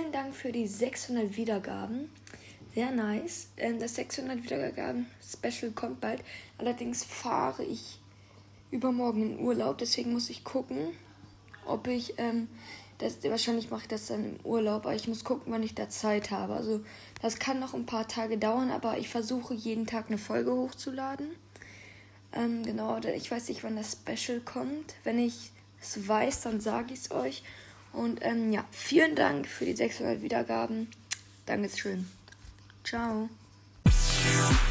vielen Dank für die 600 Wiedergaben. Sehr nice. Das 600 Wiedergaben-Special kommt bald. Allerdings fahre ich übermorgen in Urlaub. Deswegen muss ich gucken, ob ich... wahrscheinlich mache ich das dann im Urlaub. Aber ich muss gucken, wann ich da Zeit habe. Also das kann noch ein paar Tage dauern. Aber ich versuche jeden Tag eine Folge hochzuladen. Genau, ich weiß nicht, wann das Special kommt. Wenn ich es weiß, dann sage ich es euch. Und vielen Dank für die 600 Wiedergaben. Dankeschön. Ciao.